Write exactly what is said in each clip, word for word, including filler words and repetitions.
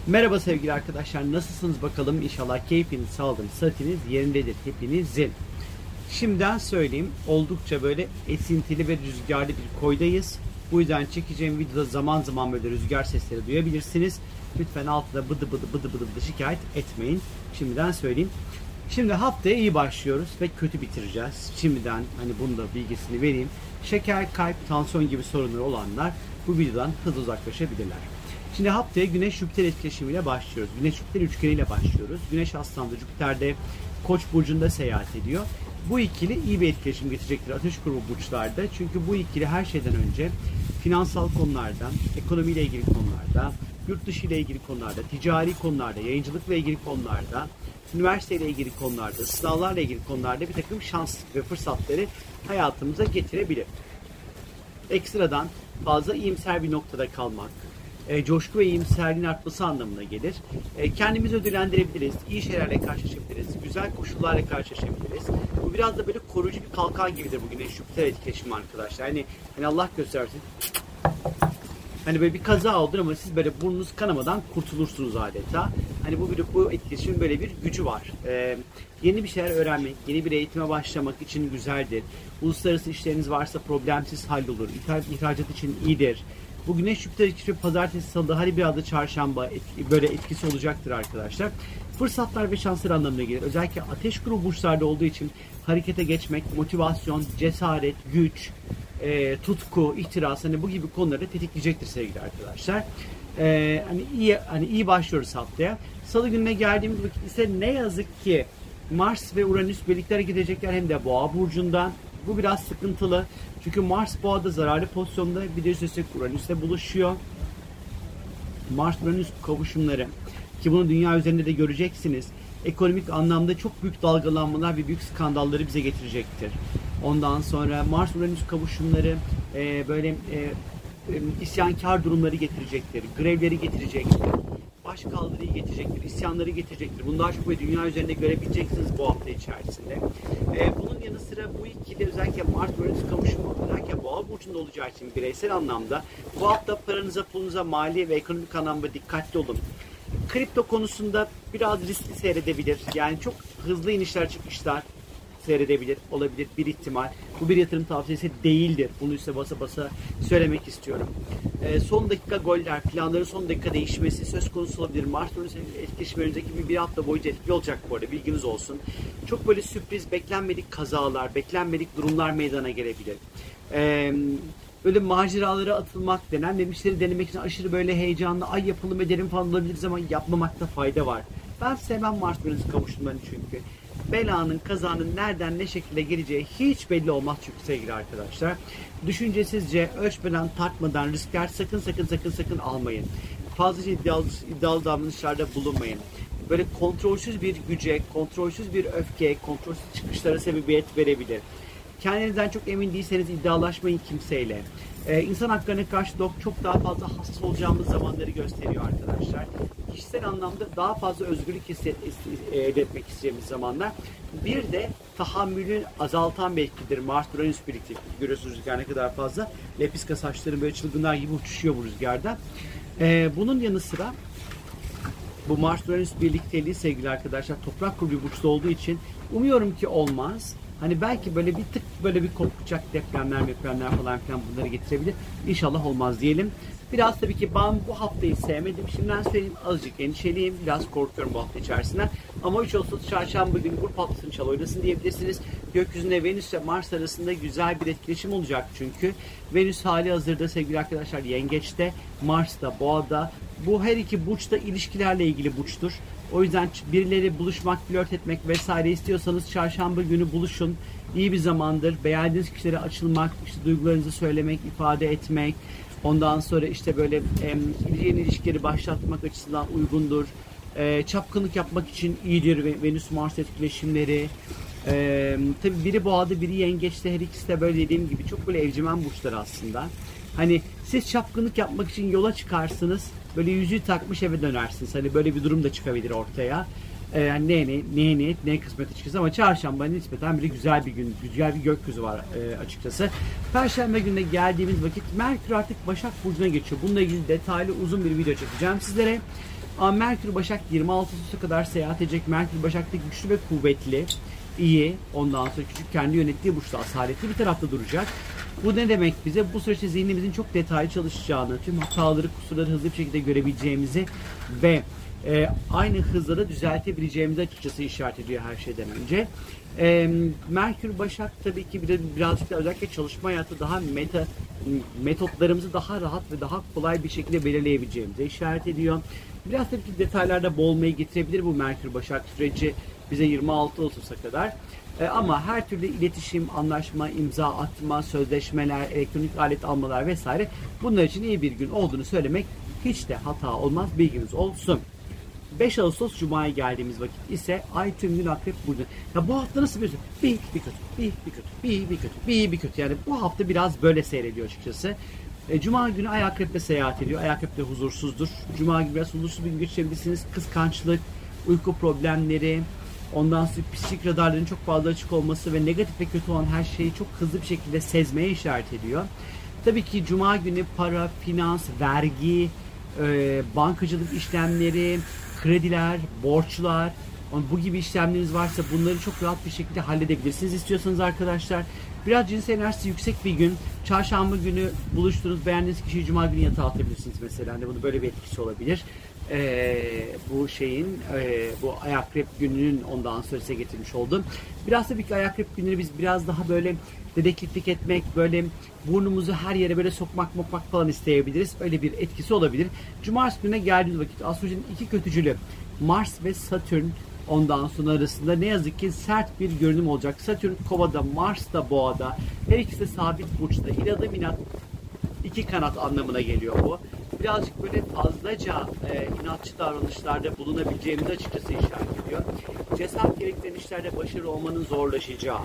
Merhaba sevgili arkadaşlar, nasılsınız bakalım? İnşallah keyfiniz, sağlığınız, sıhhatiniz yerindedir hepinizin. Şimdiden söyleyeyim, oldukça böyle esintili ve rüzgarlı bir koydayız. Bu yüzden çekeceğim videoda zaman zaman böyle rüzgar sesleri duyabilirsiniz. Lütfen altında bıdı bıdı bıdı bıdı bıdı şikayet etmeyin. Şimdiden söyleyeyim. Şimdi haftaya iyi başlıyoruz ve kötü bitireceğiz. Şimdiden hani bunun da bilgisini vereyim. Şeker, kalp, tansiyon gibi sorunları olanlar bu videodan hızlı uzaklaşabilirler. Şimdi haftaya Güneş-Jüpiter etkileşimiyle başlıyoruz. Güneş-Jüpiter üçgeniyle başlıyoruz. Güneş Aslan'da, Jüpiter'de Koç burcunda seyahat ediyor. Bu ikili iyi bir etkileşim getirecektir Ateş grubu burçlarda. Çünkü bu ikili her şeyden önce finansal konularda, ekonomiyle ilgili konularda, yurt dışı ile ilgili konularda, ticari konularda, yayıncılıkla ilgili konularda, üniversiteyle ilgili konularda, sınavlarla ilgili konularda bir takım şans ve fırsatları hayatımıza getirebilir. Ekstradan fazla iyimser bir noktada kalmak, e, coşku ve iyimserliğin artması anlamına gelir. E, kendimizi ödüllendirebiliriz, iyi şeylerle karşılaşabiliriz, güzel koşullarla karşılaşabiliriz. Bu biraz da böyle koruyucu bir kalkan gibidir bu Güneş-Jüpiter etkileşimi arkadaşlar. Hani, hani Allah göstersin. Hani böyle bir kaza olur ama siz böyle burnunuz kanamadan kurtulursunuz adeta. Hani bu, bu etkileşimin böyle bir gücü var. Ee, yeni bir şeyler öğrenmek, yeni bir eğitime başlamak için güzeldir. Uluslararası işleriniz varsa problemsiz hallolur. İhracat için iyidir. Bu Güneş-Jüpiter etkileşimi pazartesi, salı, hadi biraz da çarşamba etki, böyle etkisi olacaktır arkadaşlar. Fırsatlar ve şanslar anlamına gelir. Özellikle ateş grubu burçlarda olduğu için harekete geçmek, motivasyon, cesaret, güç, E, tutku, ihtiras, hani bu gibi konuları tetikleyecektir sevgili arkadaşlar. E, hani iyi hani iyi başlıyoruz haftaya. Salı gününe geldiğimiz vakit ise ne yazık ki Mars ve Uranüs birlikte gidecekler hem de Boğa burcundan. Bu biraz sıkıntılı. Çünkü Mars Boğa'da zararlı pozisyonda, bir de üstelik Uranüs'le buluşuyor. Mars Uranüs kavuşumları ki bunu dünya üzerinde de göreceksiniz. Ekonomik anlamda çok büyük dalgalanmalar ve büyük skandalları bize getirecektir. Ondan sonra Mars Uranüs kavuşumları e, böyle e, e, isyankar durumları getirecektir, grevleri getirecektir, başkaldırıyı getirecektir, isyanları getirecektir. Bunu daha çok böyle dünya üzerinde görebileceksiniz bu hafta içerisinde. E, bunun yanı sıra bu ikili özellikle Mars Uranüs kavuşumu özellikle Boğa burcunda olacağı için bireysel anlamda bu hafta paranıza, pulunuza, mali ve ekonomik anlamda dikkatli olun. Kripto konusunda biraz riskli seyredebilir. Yani çok hızlı inişler çıkışlar seyredebilir, olabilir bir ihtimal. Bu bir yatırım tavsiyesi değildir. Bunu üstüne basa basa söylemek istiyorum. E, son dakika goller, planların son dakika değişmesi söz konusu olabilir. Mars etkileşimi önümüzdeki bir, bir hafta boyunca etkili olacak bu arada, bilginiz olsun. Çok böyle sürpriz, beklenmedik kazalar, beklenmedik durumlar meydana gelebilir. E, böyle maceralara atılmak denen ve bir şeyleri denemek için aşırı böyle heyecanlı, ay yapalım edelim falan olabilir ama yapmamakta fayda var. Ben sevmem Mars Venüs kavuşumlarını çünkü. Belanın, kazanın nereden ne şekilde geleceği hiç belli olmaz çünkü sevgili arkadaşlar. Düşüncesizce, ölçmeden, tartmadan riskler sakın sakın sakın sakın almayın. Fazlaca iddialı, iddialı davranışlarda bulunmayın. Böyle kontrolsüz bir güce, kontrolsüz bir öfke, kontrolsüz çıkışlara sebebiyet verebilir. Kendinizden çok emin değilseniz iddialaşmayın kimseyle. Ee, insan haklarına karşı çok daha fazla hassas olacağımız zamanları gösteriyor arkadaşlar. Kişisel anlamda daha fazla özgürlük hisset, elde etmek isteyeceğimiz zamanlar. Bir de tahammülü azaltan bir etkidir. Mars Uranüs birlikte görüyorsunuz rüzgar ne kadar fazla. Lepiska saçların böyle çılgınlar gibi uçuşuyor bu rüzgarda. Ee, bunun yanı sıra bu Mars Uranüs birlikteliği sevgili arkadaşlar toprak grubu burçta olduğu için umuyorum ki olmaz. Hani belki böyle bir tık böyle bir korkacak depremler, depremler falan filan bunları getirebilir. İnşallah olmaz diyelim. Biraz tabii ki ben bu haftayı sevmedim. Şimdiden söyleyeyim, azıcık endişeliyim. Biraz korkuyorum bu hafta içerisinden. Ama üç Ağustos çarşamba günü grup patlasın çal oynasın diyebilirsiniz. Gökyüzünde Venüs ve Mars arasında güzel bir etkileşim olacak çünkü. Venüs hali hazırda sevgili arkadaşlar Yengeç'te, Mars'ta, Boğa'da. Bu her iki burçta ilişkilerle ilgili burçtur. O yüzden birileri buluşmak, flört etmek vesaire istiyorsanız çarşamba günü buluşun. İyi bir zamandır. Beğendiğiniz kişilere açılmak, işte duygularınızı söylemek, ifade etmek. Ondan sonra işte böyle e, yeni ilişkileri başlatmak açısından uygundur. E, çapkınlık yapmak için iyidir Venüs-Mars etkileşimleri. E, tabii biri Boğa'da, biri Yengeç'te, her ikisi de böyle dediğim gibi çok böyle evcimen burçlar aslında. Hani siz çapkınlık yapmak için yola çıkarsınız, böyle yüzüğü takmış eve dönersiniz. Hani böyle bir durum da çıkabilir ortaya. Ee, yani ne ne ne niyet ne kısmet açıkçası ama çarşamba nispeten bir güzel bir gün, güzel bir gökyüzü var e, açıkçası. Perşembe gününe geldiğimiz vakit Merkür artık Başak Burcu'na geçiyor. Bununla ilgili detaylı uzun bir video çekeceğim sizlere. Ama Merkür Başak yirmi altı Ağustos'a kadar seyahat edecek. Merkür Başak'ta güçlü ve kuvvetli, iyi. Ondan sonra küçük kendi yönettiği burçta asaletli bir tarafta duracak. Bu ne demek bize? Bu süreçte zihnimizin çok detaylı çalışacağını, tüm hataları, kusurları hızlı bir şekilde görebileceğimizi ve e, aynı hızla da düzeltebileceğimizi açıkçası işaret ediyor her şeyden önce. E, Merkür Başak tabii ki bir de birazcık da özellikle çalışma hayatı daha meta metotlarımızı daha rahat ve daha kolay bir şekilde belirleyebileceğimizi işaret ediyor. Biraz tabii ki detaylarda boğulmayı getirebilir bu Merkür Başak süreci bize yirmi altı Ağustos'a kadar. E, ama her türlü iletişim, anlaşma, imza atma, sözleşmeler, elektronik alet almalar vesaire bunlar için iyi bir gün olduğunu söylemek hiç de hata olmaz, bilginiz olsun. beş Ağustos Cuma'ya geldiğimiz vakit ise Ay tüm gün Akrep Burcu. Ya bu hafta nasıl bir bir bir kötü, bir bir kötü, bir bir kötü, bir bir kötü. Yani bu hafta biraz böyle seyrediyor açıkçası. E, Cuma günü Ay Akrep'te seyahat ediyor. Ay Akrep'te huzursuzdur. Cuma günü biraz huzursuz bir gün geçirebilirsiniz. Kıskançlık, uyku problemleri, ondan sonra psikik radarların çok fazla açık olması ve negatif ve kötü olan her şeyi çok hızlı bir şekilde sezmeye işaret ediyor. Tabii ki Cuma günü para, finans, vergi, e, bankacılık işlemleri, krediler, borçlar, bu gibi işlemleriniz varsa bunları çok rahat bir şekilde halledebilirsiniz istiyorsanız arkadaşlar. Biraz cinsel enerjisi yüksek bir gün. Çarşamba günü buluştuğunuz, beğendiğiniz kişiyi Cuma günü yatağa atabilirsiniz mesela. Yani bunun böyle bir etkisi olabilir. Ee, bu şeyin, e, bu Ay Akrep gününün ondan sonra size getirmiş oldum. Biraz tabii ki Ay Akrep günleri biz biraz daha böyle dedektiflik etmek, böyle burnumuzu her yere böyle sokmak mokmak falan isteyebiliriz. Öyle bir etkisi olabilir. Cumartesi gününe geldiğimiz vakit astrolojinin iki kötücülü Mars ve Satürn ondan sonra arasında ne yazık ki sert bir görünüm olacak. Satürn Kova'da, Mars da Boğa'da. Her ikisi de sabit burçta. İnadım inat, iki kanat anlamına geliyor bu. Birazcık böyle fazlaca e, inatçı davranışlarda bulunabileceğimizi açıkçası işaret ediyor. Cesaret gerektiren işlerde başarılı olmanın zorlaşacağı,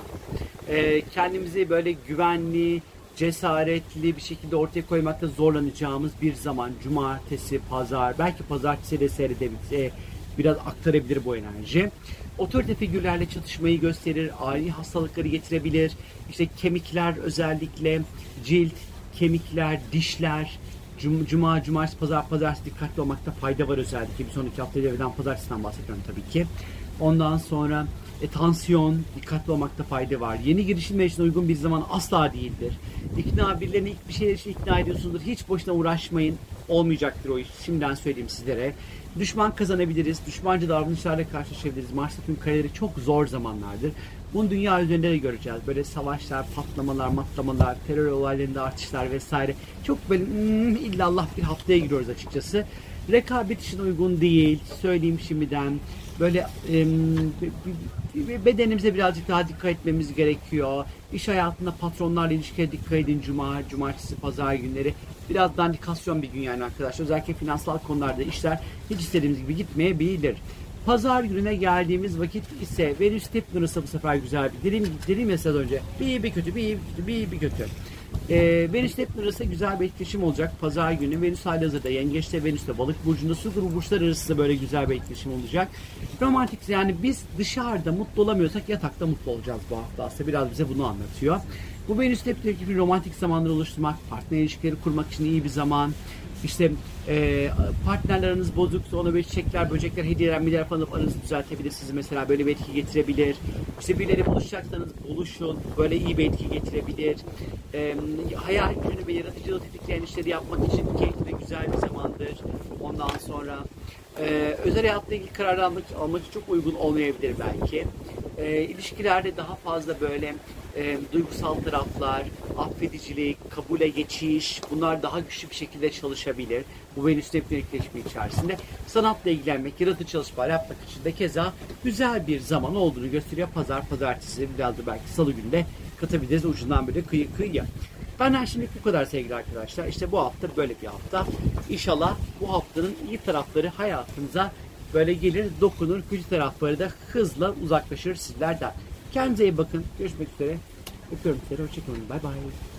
e, kendimizi böyle güvenli, cesaretli bir şekilde ortaya koymakta zorlanacağımız bir zaman. Cumartesi, pazar, belki pazartesi de seyredebilir, e, biraz aktarabilir bu enerji. Otorite figürlerle çatışmayı gösterir, ani hastalıkları getirebilir. İşte kemikler, özellikle cilt, kemikler, dişler, Cuma, Cuma, Cumartesi, Pazar, Pazartesi dikkatli olmakta fayda var özellikle. Bir sonraki hafta devreden Pazartesi'den bahsediyorum tabii ki. Ondan sonra e, tansiyon, dikkatli olmakta fayda var. Yeni girişimler için uygun bir zaman asla değildir. İkna, birilerini ilk bir şeyler için ikna ediyorsunuzdur. Hiç boşuna uğraşmayın. Olmayacaktır o iş. Şimdiden söyleyeyim sizlere. Düşman kazanabiliriz. Düşmanca davranışlarla karşılaşabiliriz. Mars Satürn kareleri çok zor zamanlardır. Bunu dünya üzerinde de göreceğiz. Böyle savaşlar, patlamalar, matlamalar, terör olaylarında artışlar vesaire. Çok böyle mm, illallah bir haftaya giriyoruz açıkçası. Rekabet için uygun değil. Söyleyeyim şimdiden. Böyle e, bedenimize birazcık daha dikkat etmemiz gerekiyor. İş hayatında patronlarla ilişkiye dikkat edin. Cuma, cumartesi, pazar günleri. Biraz dandikasyon bir gün yani arkadaşlar. Özellikle finansal konularda işler hiç istediğimiz gibi gitmeyebilir. Pazar gününe geldiğimiz vakit ise Venüs Step Nurası bu sefer güzel bir. Dediğim, dediğim ya size önce. Bir bir kötü, bir bir kötü, bir bir kötü. Ee, Venüs Step Nurası güzel bir etkileşim olacak. Pazar günü Venüs halihazırda Yengeç'te, Venüs'te Balık burcunda, su grubu burçlar arasında böyle güzel bir etkileşim olacak. Romantik, yani biz dışarıda mutlu olamıyorsak yatakta mutlu olacağız bu hafta. Aslında biraz bize bunu anlatıyor. Bu Venüs Step gibi romantik zamanlar oluşturmak, partner ilişkileri kurmak için iyi bir zaman. İşte e, partnerleriniz bozuksa ona böyle çiçekler, böcekler, hediyeler, milyar falan alıp aranızı düzeltebilirsiniz. Mesela böyle bir etki getirebilir. İşte birileri buluşacaksanız buluşun. Böyle iyi bir etki getirebilir. E, hayal gücünü ve yaratıcılığı tetikleyen işleri yapmak için keyifli ve güzel bir zamandır. Ondan sonra e, özel hayatla ilgili kararlar almak, almak için çok uygun olmayabilir belki. E, ilişkilerde daha fazla böyle e, duygusal taraflar, affedicilik, kabule geçiş, bunlar daha güçlü bir şekilde çalışabilir. Bu Venüs etkileşimi içerisinde sanatla ilgilenmek, yaratıcı çalışmalar yapmak için de keza güzel bir zaman olduğunu gösteriyor. Pazar, pazartesi, biraz da belki salı günde katabiliriz ucundan böyle kıyı kıyıya. Benden şimdilik bu kadar sevgili arkadaşlar. İşte bu hafta böyle bir hafta. İnşallah bu haftanın iyi tarafları hayatınıza böyle gelir, dokunur. Kötü tarafları da hızla uzaklaşır sizlerden. Kendinize iyi bakın. Görüşmek üzere. Öpüyorum sizleri. Hoşçakalın. Bay bay.